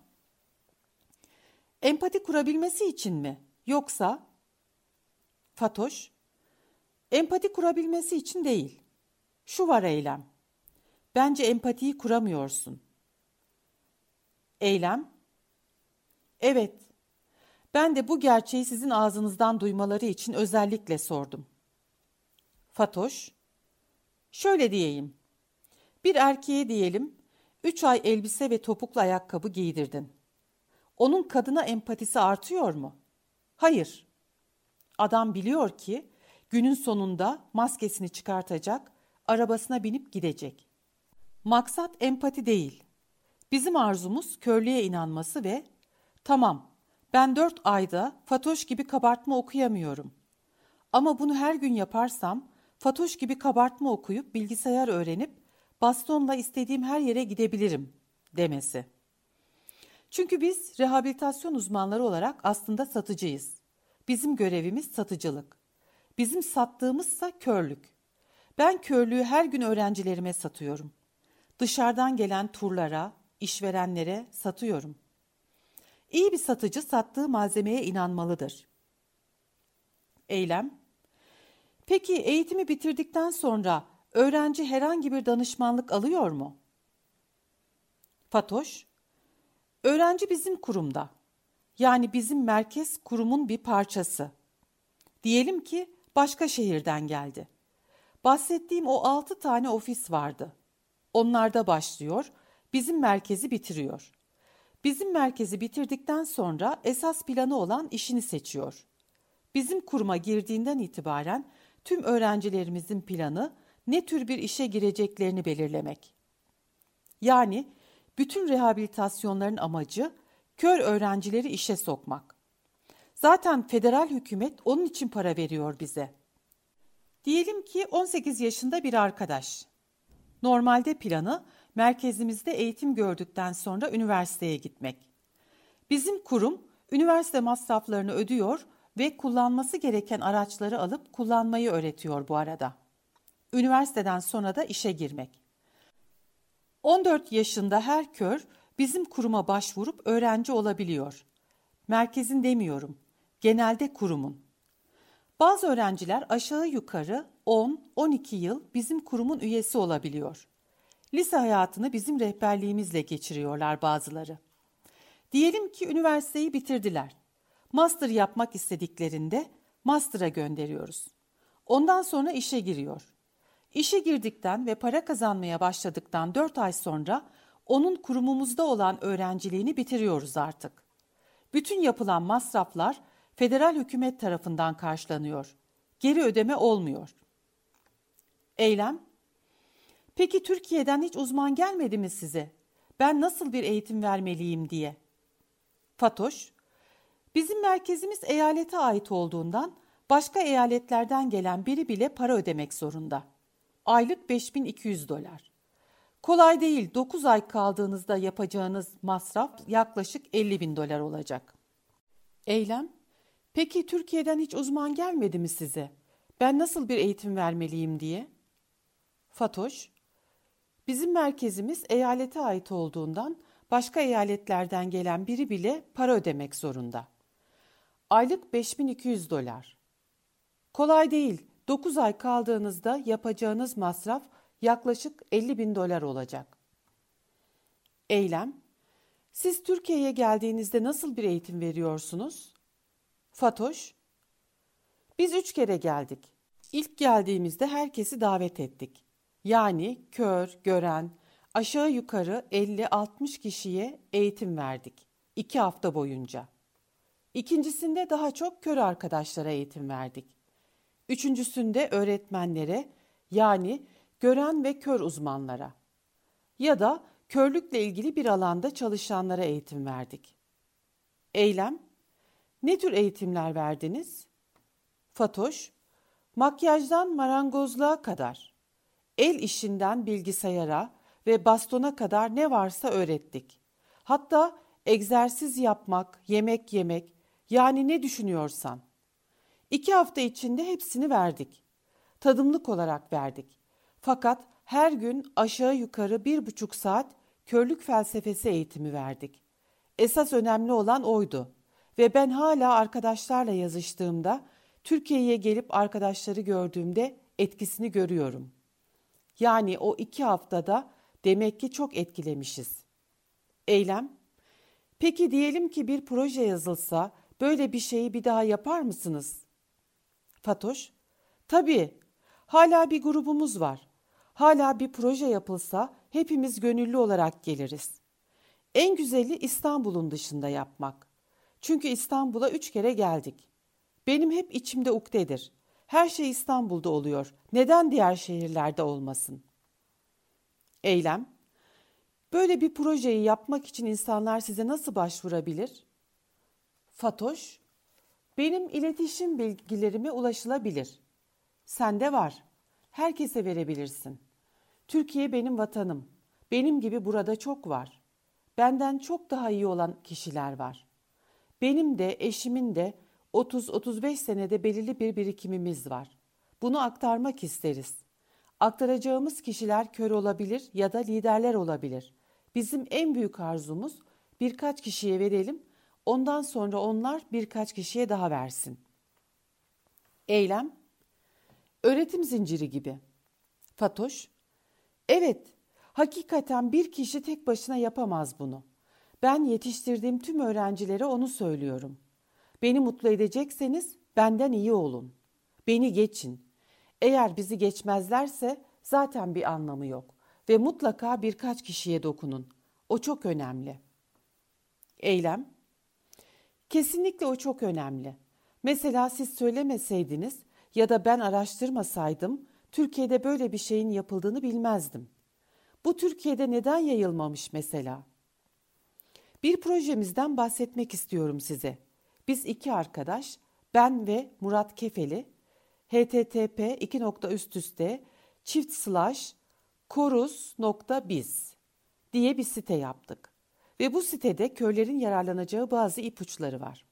Speaker 1: Empati kurabilmesi için mi? Yoksa? Fatoş. Empati kurabilmesi için değil. Şu var Eylem. Bence empatiyi kuramıyorsun. Eylem. Evet. Ben de bu gerçeği sizin ağzınızdan duymaları için özellikle sordum. Fatoş. Şöyle diyeyim. Bir erkeğe diyelim 3 ay elbise ve topuklu ayakkabı giydirdin. Onun kadına empatisi artıyor mu? Hayır. Adam biliyor ki günün sonunda maskesini çıkartacak, arabasına binip gidecek. Maksat empati değil. Bizim arzumuz körlüğe inanması ve tamam ben 4 ayda Fatoş gibi kabartma okuyamıyorum. Ama bunu her gün yaparsam Fatoş gibi kabartma okuyup bilgisayar öğrenip bastonla istediğim her yere gidebilirim demesi. Çünkü biz rehabilitasyon uzmanları olarak aslında satıcıyız. Bizim görevimiz satıcılık. Bizim sattığımızsa körlük. Ben körlüğü her gün öğrencilerime satıyorum. Dışarıdan gelen turlara, işverenlere satıyorum. İyi bir satıcı sattığı malzemeye inanmalıdır. Eylem. Peki eğitimi bitirdikten sonra öğrenci herhangi bir danışmanlık alıyor mu? Fatoş. Öğrenci bizim kurumda. Yani bizim merkez kurumun bir parçası. Diyelim ki başka şehirden geldi. Bahsettiğim o 6 tane ofis vardı. Onlarda başlıyor, bizim merkezi bitiriyor. Bizim merkezi bitirdikten sonra esas planı olan işini seçiyor. Bizim kuruma girdiğinden itibaren tüm öğrencilerimizin planı ne tür bir işe gireceklerini belirlemek. Yani bütün rehabilitasyonların amacı kör öğrencileri işe sokmak. Zaten federal hükümet onun için para veriyor bize. Diyelim ki 18 yaşında bir arkadaş. Normalde planı merkezimizde eğitim gördükten sonra üniversiteye gitmek. Bizim kurum üniversite masraflarını ödüyor ve kullanması gereken araçları alıp kullanmayı öğretiyor bu arada. Üniversiteden sonra da işe girmek. 14 yaşında her kör bizim kuruma başvurup öğrenci olabiliyor. Merkezin demiyorum, genelde kurumun. Bazı öğrenciler aşağı yukarı 10-12 yıl bizim kurumun üyesi olabiliyor. Lise hayatını bizim rehberliğimizle geçiriyorlar bazıları. Diyelim ki üniversiteyi bitirdiler. Master yapmak istediklerinde master'a gönderiyoruz. Ondan sonra işe giriyor. İşe girdikten ve para kazanmaya başladıktan 4 ay sonra onun kurumumuzda olan öğrenciliğini bitiriyoruz artık. Bütün yapılan masraflar federal hükümet tarafından karşılanıyor. Geri ödeme olmuyor. Eylem. Peki Türkiye'den hiç uzman gelmedi mi size? Ben nasıl bir eğitim vermeliyim diye. Fatoş. Bizim merkezimiz eyalete ait olduğundan başka eyaletlerden gelen biri bile para ödemek zorunda. Aylık $5.200. Kolay değil, 9 ay kaldığınızda yapacağınız masraf yaklaşık $50.000 olacak. Eylem. Peki Türkiye'den hiç uzman gelmedi mi size? Ben nasıl bir eğitim vermeliyim diye. Fatoş. Bizim merkezimiz eyalete ait olduğundan başka eyaletlerden gelen biri bile para ödemek zorunda. Aylık $5.200. Kolay değil, 9 ay kaldığınızda yapacağınız masraf yaklaşık $50.000 olacak. Eylem. Siz Türkiye'ye geldiğinizde nasıl bir eğitim veriyorsunuz? Fatoş. Biz 3 kere geldik. İlk geldiğimizde herkesi davet ettik. Yani kör, gören, aşağı yukarı 50-60 kişiye eğitim verdik. 2 hafta boyunca. İkincisinde daha çok kör arkadaşlara eğitim verdik. Üçüncüsünde öğretmenlere, yani gören ve kör uzmanlara ya da körlükle ilgili bir alanda çalışanlara eğitim verdik. Eylem: ne tür eğitimler verdiniz? Fatoş: makyajdan marangozluğa kadar, el işinden bilgisayara ve bastona kadar ne varsa öğrettik. Hatta egzersiz yapmak, yemek yemek, yani ne düşünüyorsan. 2 hafta içinde hepsini verdik. Tadımlık olarak verdik. Fakat her gün aşağı yukarı 1,5 saat körlük felsefesi eğitimi verdik. Esas önemli olan oydu ve ben hala arkadaşlarla yazıştığımda, Türkiye'ye gelip arkadaşları gördüğümde etkisini görüyorum. Yani o 2 haftada demek ki çok etkilemişiz. Eylem: peki diyelim ki bir proje yazılsa, böyle bir şeyi bir daha yapar mısınız? Fatoş: tabii, hala bir grubumuz var. Hala bir proje yapılsa hepimiz gönüllü olarak geliriz. En güzeli İstanbul'un dışında yapmak. Çünkü İstanbul'a 3 kere geldik. Benim hep içimde ukdedir. Her şey İstanbul'da oluyor. Neden diğer şehirlerde olmasın? Eylem: böyle bir projeyi yapmak için insanlar size nasıl başvurabilir? Fatoş: benim iletişim bilgilerime ulaşılabilir. Sende var. Herkese verebilirsin. Türkiye benim vatanım. Benim gibi burada çok var. Benden çok daha iyi olan kişiler var. Benim de eşimin de 30-35 senede belirli bir birikimimiz var. Bunu aktarmak isteriz. Aktaracağımız kişiler kör olabilir ya da liderler olabilir. Bizim en büyük arzumuz birkaç kişiye verelim, ondan sonra onlar birkaç kişiye daha versin. Eylem: öğretim zinciri gibi. Fatoş: evet, hakikaten bir kişi tek başına yapamaz bunu. Ben yetiştirdiğim tüm öğrencilere onu söylüyorum. Beni mutlu edecekseniz benden iyi olun. Beni geçin. Eğer bizi geçmezlerse zaten bir anlamı yok ve mutlaka birkaç kişiye dokunun. O çok önemli. Eylem: kesinlikle o çok önemli. Mesela siz söylemeseydiniz ya da ben araştırmasaydım, Türkiye'de böyle bir şeyin yapıldığını bilmezdim. Bu Türkiye'de neden yayılmamış mesela? Bir projemizden bahsetmek istiyorum size. Biz 2 arkadaş, ben ve Murat Kefeli, http://korus.biz diye bir site yaptık. Ve bu sitede körlerin yararlanacağı bazı ipuçları var.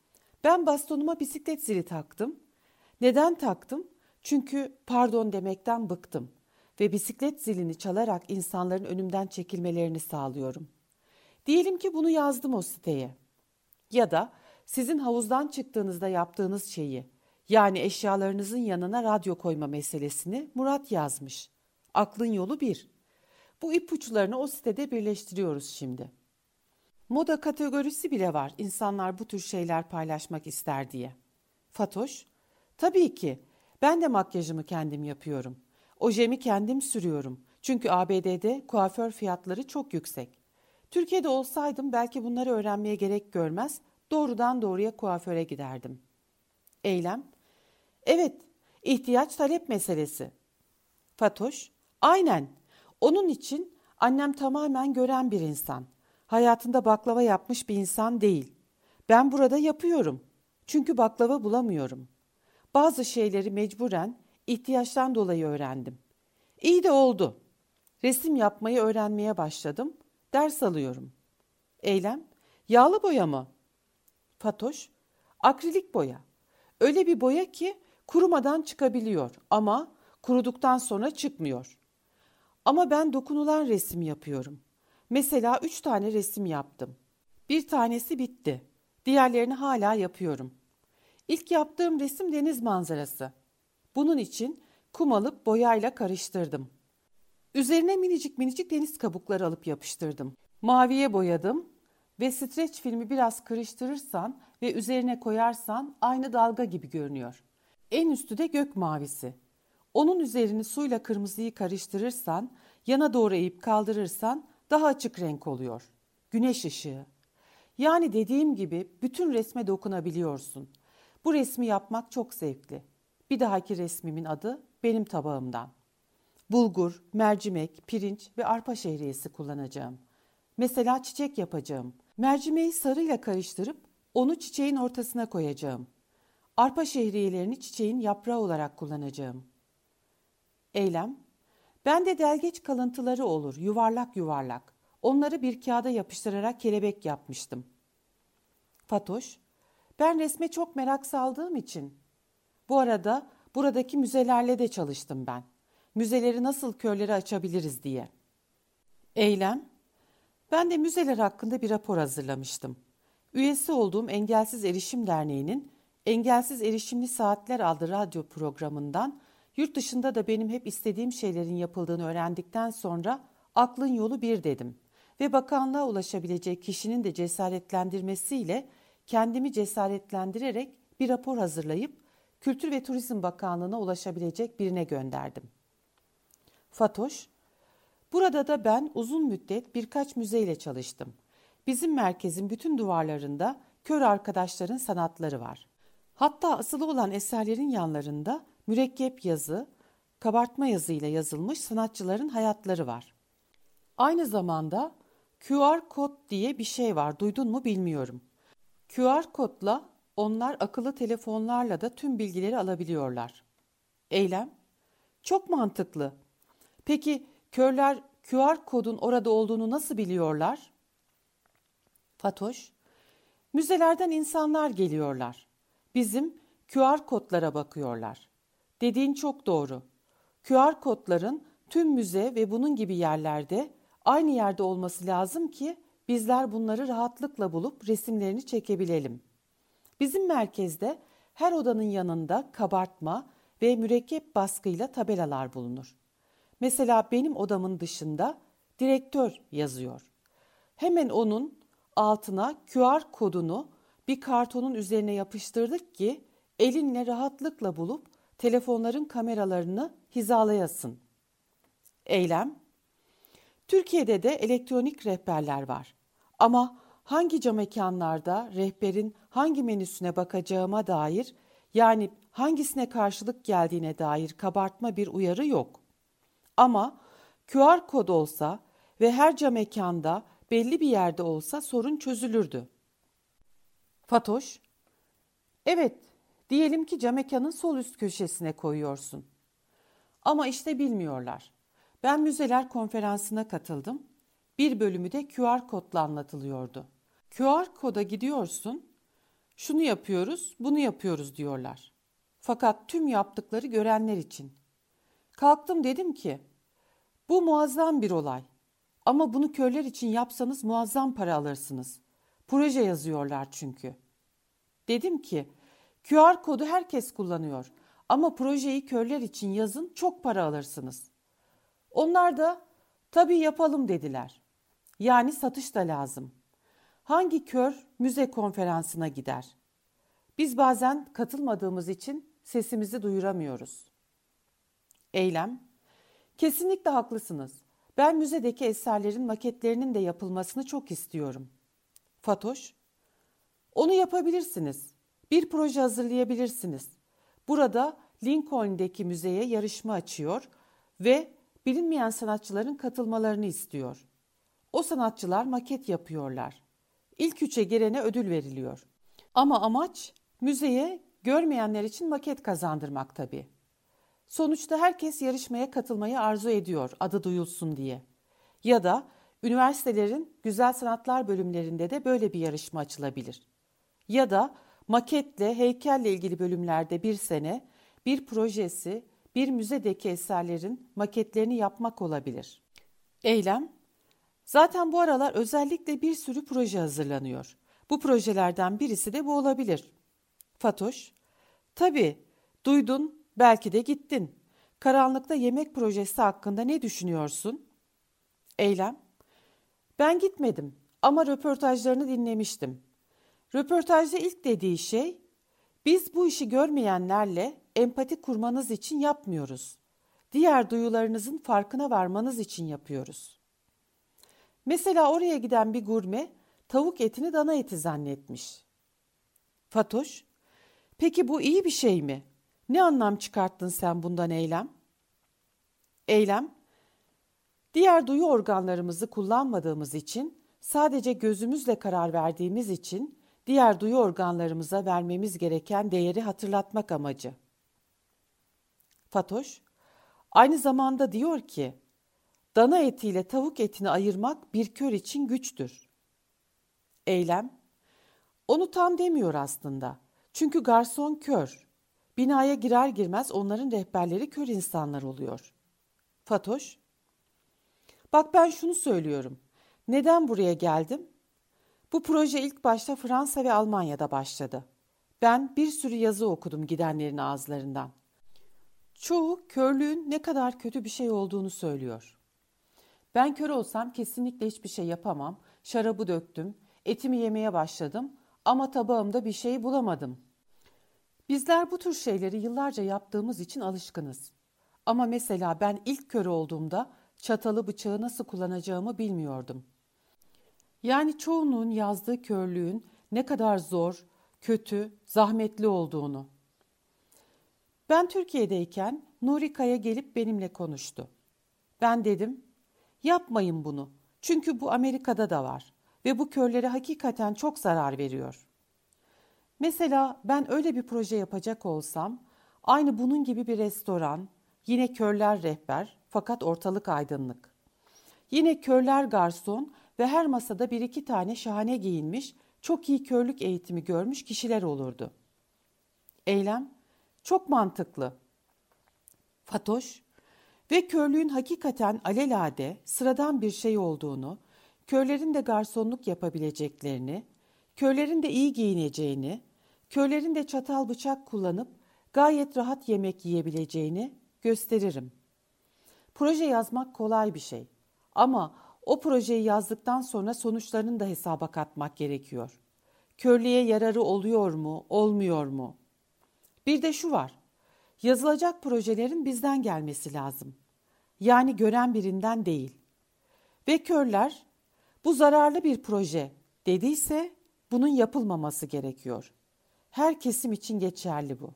Speaker 1: Ben bastonuma bisiklet zili taktım. Neden taktım? Çünkü pardon demekten bıktım ve bisiklet zilini çalarak insanların önümden çekilmelerini sağlıyorum. Diyelim ki bunu yazdım o siteye. Ya da sizin havuzdan çıktığınızda yaptığınız şeyi, yani eşyalarınızın yanına radyo koyma meselesini Murat yazmış. Aklın yolu bir. Bu ipuçlarını o sitede birleştiriyoruz şimdi. Moda kategorisi bile var, insanlar bu tür şeyler paylaşmak ister diye. Fatoş: tabii ki. Ben de makyajımı kendim yapıyorum. Ojemi kendim sürüyorum. Çünkü ABD'de kuaför fiyatları çok yüksek. Türkiye'de olsaydım belki bunları öğrenmeye gerek görmez, doğrudan doğruya kuaföre giderdim. Eylem: evet, ihtiyaç talep meselesi. Fatoş: aynen. Onun için annem tamamen gören bir insan. Hayatında baklava yapmış bir insan değil. Ben burada yapıyorum. Çünkü baklava bulamıyorum. Bazı şeyleri mecburen ihtiyaçtan dolayı öğrendim. İyi de oldu. Resim yapmayı öğrenmeye başladım. Ders alıyorum. Eylem: yağlı boya mı? Fatoş: akrilik boya. Öyle bir boya ki kurumadan çıkabiliyor ama kuruduktan sonra çıkmıyor. Ama ben dokunulan resim yapıyorum. Mesela 3 tane resim yaptım. Bir tanesi bitti. Diğerlerini hala yapıyorum. İlk yaptığım resim deniz manzarası. Bunun için kum alıp boyayla karıştırdım. Üzerine minicik minicik deniz kabukları alıp yapıştırdım. Maviye boyadım ve streç filmi biraz karıştırırsan ve üzerine koyarsan aynı dalga gibi görünüyor. En üstü de gök mavisi. Onun üzerini suyla kırmızıyı karıştırırsan, yana doğru eğip kaldırırsan daha açık renk oluyor. Güneş ışığı. Yani dediğim gibi bütün resme dokunabiliyorsun. Bu resmi yapmak çok zevkli. Bir dahaki resmimin adı benim tabağımdan. Bulgur, mercimek, pirinç ve arpa şehriyesi kullanacağım. Mesela çiçek yapacağım. Mercimeği sarıyla karıştırıp onu çiçeğin ortasına koyacağım. Arpa şehriyelerini çiçeğin yaprağı olarak kullanacağım. Eylem, ben de delgeç kalıntıları olur, yuvarlak yuvarlak. Onları bir kağıda yapıştırarak kelebek yapmıştım. Fatoş, ben resme çok merak saldığım için. Bu arada buradaki müzelerle de çalıştım ben. Müzeleri nasıl körleri açabiliriz diye. Eylem, ben de müzeler hakkında bir rapor hazırlamıştım. Üyesi olduğum Engelsiz Erişim Derneği'nin Engelsiz Erişimli Saatler adlı radyo programından yurt dışında da benim hep istediğim şeylerin yapıldığını öğrendikten sonra aklın yolu bir dedim. Ve bakanlığa ulaşabilecek kişinin de cesaretlendirmesiyle kendimi cesaretlendirerek bir rapor hazırlayıp Kültür ve Turizm Bakanlığı'na ulaşabilecek birine gönderdim. Fatoş, burada da ben uzun müddet birkaç müzeyle çalıştım. Bizim merkezin bütün duvarlarında kör arkadaşların sanatları var. Hatta asılı olan eserlerin yanlarında mürekkep yazı, kabartma yazıyla yazılmış sanatçıların hayatları var. Aynı zamanda QR kod diye bir şey var, duydun mu bilmiyorum. QR kodla onlar akıllı telefonlarla da tüm bilgileri alabiliyorlar. Eylem, çok mantıklı. Peki körler QR kodun orada olduğunu nasıl biliyorlar? Fatoş, müzelerden insanlar geliyorlar. Bizim QR kodlara bakıyorlar. Dediğin çok doğru. QR kodların tüm müze ve bunun gibi yerlerde aynı yerde olması lazım ki bizler bunları rahatlıkla bulup resimlerini çekebilelim. Bizim merkezde her odanın yanında kabartma ve mürekkep baskıyla tabelalar bulunur. Mesela benim odamın dışında direktör yazıyor. Hemen onun altına QR kodunu bir kartonun üzerine yapıştırdık ki elinle rahatlıkla bulup telefonların kameralarını hizalayasın. Eylem, Türkiye'de de elektronik rehberler var. Ama hangi camekanlarda rehberin hangi menüsüne bakacağıma dair, yani hangisine karşılık geldiğine dair kabartma bir uyarı yok. Ama QR kod olsa ve her camekanda belli bir yerde olsa sorun çözülürdü. Fatoş, evet, diyelim ki camekanın sol üst köşesine koyuyorsun. Ama işte bilmiyorlar. Ben müzeler konferansına katıldım. Bir bölümü de QR kodla anlatılıyordu. QR koda gidiyorsun, şunu yapıyoruz, bunu yapıyoruz diyorlar. Fakat tüm yaptıkları görenler için. Kalktım dedim ki, bu muazzam bir olay. Ama bunu körler için yapsanız muazzam para alırsınız. Proje yazıyorlar çünkü. Dedim ki, QR kodu herkes kullanıyor ama projeyi körler için yazın, çok para alırsınız. Onlar da tabii yapalım dediler. Yani satış da lazım. Hangi kör müze konferansına gider? Biz bazen katılmadığımız için sesimizi duyuramıyoruz. Eylem, kesinlikle haklısınız. Ben müzedeki eserlerin maketlerinin de yapılmasını çok istiyorum. Fatoş, onu yapabilirsiniz. Bir proje hazırlayabilirsiniz. Burada Lincoln'deki müzeye yarışma açıyor ve bilinmeyen sanatçıların katılmalarını istiyor. O sanatçılar maket yapıyorlar. İlk üçe girene ödül veriliyor. Ama amaç müzeye görmeyenler için maket kazandırmak tabii. Sonuçta herkes yarışmaya katılmayı arzu ediyor, adı duyulsun diye. Ya da üniversitelerin güzel sanatlar bölümlerinde de böyle bir yarışma açılabilir. Ya da maketle, heykelle ilgili bölümlerde bir sene bir projesi, bir müzedeki eserlerin maketlerini yapmak olabilir. Eylem, zaten bu aralar özellikle bir sürü proje hazırlanıyor. Bu projelerden birisi de bu olabilir. Fatoş, tabii, duydun, belki de gittin. Karanlıkta yemek projesi hakkında ne düşünüyorsun? Eylem, ben gitmedim ama röportajlarını dinlemiştim. Röportajda ilk dediği şey, biz bu işi görmeyenlerle empati kurmanız için yapmıyoruz. Diğer duyularınızın farkına varmanız için yapıyoruz. Mesela oraya giden bir gurme tavuk etini dana eti zannetmiş. Fatoş, peki bu iyi bir şey mi? Ne anlam çıkarttın sen bundan Eylem? Eylem, diğer duyu organlarımızı kullanmadığımız için, sadece gözümüzle karar verdiğimiz için diğer duyu organlarımıza vermemiz gereken değeri hatırlatmak amacı. Fatoş, aynı zamanda diyor ki, dana etiyle tavuk etini ayırmak bir kör için güçtür. Eylem, onu tam demiyor aslında. Çünkü garson kör. Binaya girer girmez onların rehberleri kör insanlar oluyor. Fatoş, bak ben şunu söylüyorum. Neden buraya geldim? Bu proje ilk başta Fransa ve Almanya'da başladı. Ben bir sürü yazı okudum gidenlerin ağızlarından. Çoğu körlüğün ne kadar kötü bir şey olduğunu söylüyor. Ben kör olsam kesinlikle hiçbir şey yapamam. Şarabı döktüm, etimi yemeye başladım ama tabağımda bir şey bulamadım. Bizler bu tür şeyleri yıllarca yaptığımız için alışkınız. Ama mesela ben ilk kör olduğumda çatalı bıçağı nasıl kullanacağımı bilmiyordum. Yani çoğunun yazdığı körlüğün ne kadar zor, kötü, zahmetli olduğunu. Ben Türkiye'deyken Nuri Kaya gelip benimle konuştu. Ben dedim, yapmayın bunu. Çünkü bu Amerika'da da var ve bu körlere hakikaten çok zarar veriyor. Mesela ben öyle bir proje yapacak olsam, aynı bunun gibi bir restoran, yine körler rehber fakat ortalık aydınlık. Yine körler garson ve her masada bir iki tane şahane giyinmiş, çok iyi körlük eğitimi görmüş kişiler olurdu. Eylem, çok mantıklı. Fatoş, ve körlüğün hakikaten alelade, sıradan bir şey olduğunu, körlerin de garsonluk yapabileceklerini, körlerin de iyi giyineceğini, körlerin de çatal bıçak kullanıp gayet rahat yemek yiyebileceğini gösteririm. Proje yazmak kolay bir şey ama o projeyi yazdıktan sonra sonuçlarını da hesaba katmak gerekiyor. Körlüğe yararı oluyor mu, olmuyor mu? Bir de şu var, yazılacak projelerin bizden gelmesi lazım. Yani gören birinden değil. Ve körler bu zararlı bir proje dediyse bunun yapılmaması gerekiyor. Her kesim için geçerli bu.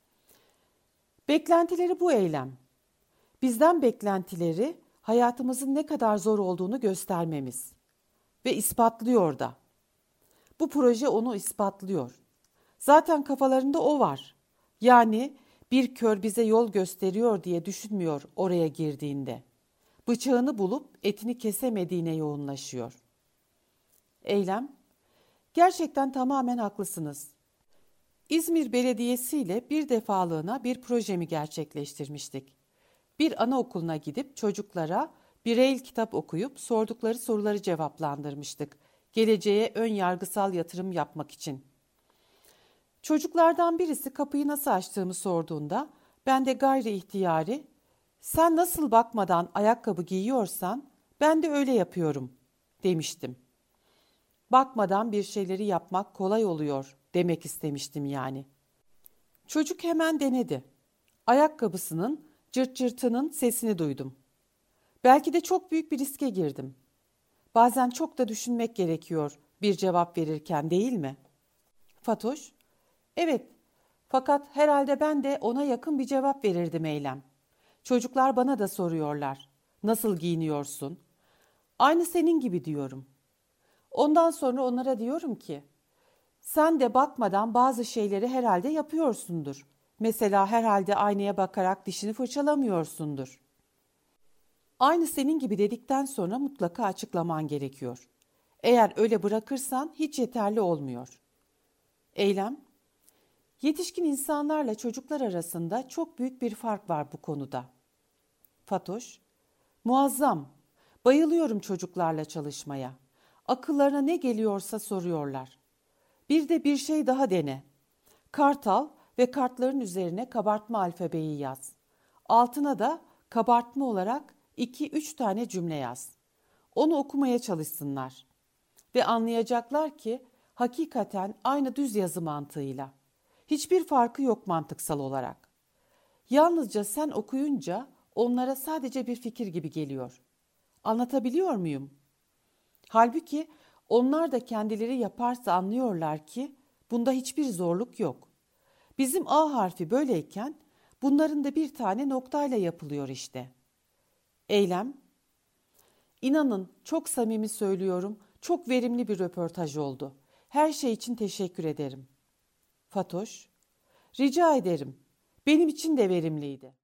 Speaker 1: Beklentileri bu eylem. Bizden beklentileri hayatımızın ne kadar zor olduğunu göstermemiz. Ve ispatlıyor da. Bu proje onu ispatlıyor. Zaten kafalarında o var. Yani bir kör bize yol gösteriyor diye düşünmüyor oraya girdiğinde. Bıçağını bulup etini kesemediğine yoğunlaşıyor. Eylem, gerçekten tamamen haklısınız. İzmir Belediyesi ile bir defalığına bir projemi gerçekleştirmiştik. Bir anaokuluna gidip çocuklara bireyl kitap okuyup sordukları soruları cevaplandırmıştık. Geleceğe ön yargısal yatırım yapmak için. Çocuklardan birisi kapıyı nasıl açtığımı sorduğunda ben de gayri ihtiyari, sen nasıl bakmadan ayakkabı giyiyorsan ben de öyle yapıyorum demiştim. Bakmadan bir şeyleri yapmak kolay oluyor demek istemiştim yani. Çocuk hemen denedi. Ayakkabısının cırt cırtının sesini duydum. Belki de çok büyük bir riske girdim. Bazen çok da düşünmek gerekiyor bir cevap verirken değil mi? Fatoş, evet, fakat herhalde ben de ona yakın bir cevap verirdim Eylem. Çocuklar bana da soruyorlar. Nasıl giyiniyorsun? Aynı senin gibi diyorum. Ondan sonra onlara diyorum ki, sen de bakmadan bazı şeyleri herhalde yapıyorsundur. Mesela herhalde aynaya bakarak dişini fırçalamıyorsundur. Aynı senin gibi dedikten sonra mutlaka açıklaman gerekiyor. Eğer öyle bırakırsan hiç yeterli olmuyor. Eylem, yetişkin insanlarla çocuklar arasında çok büyük bir fark var bu konuda. Fatoş, muazzam. Bayılıyorum çocuklarla çalışmaya. Akıllarına ne geliyorsa soruyorlar. Bir de bir şey daha dene. Kart al ve kartların üzerine kabartma alfabeyi yaz. Altına da kabartma olarak 2-3 tane cümle yaz. Onu okumaya çalışsınlar. Ve anlayacaklar ki hakikaten aynı düz yazı mantığıyla. Hiçbir farkı yok mantıksal olarak. Yalnızca sen okuyunca onlara sadece bir fikir gibi geliyor. Anlatabiliyor muyum? Halbuki Onlar da kendileri yaparsa anlıyorlar ki bunda hiçbir zorluk yok. Bizim A harfi böyleyken bunların da bir tane noktayla yapılıyor işte. Eylem. İnanın çok samimi söylüyorum, çok verimli bir röportaj oldu. Her şey için teşekkür ederim. Fatoş. Rica ederim. Benim için de verimliydi.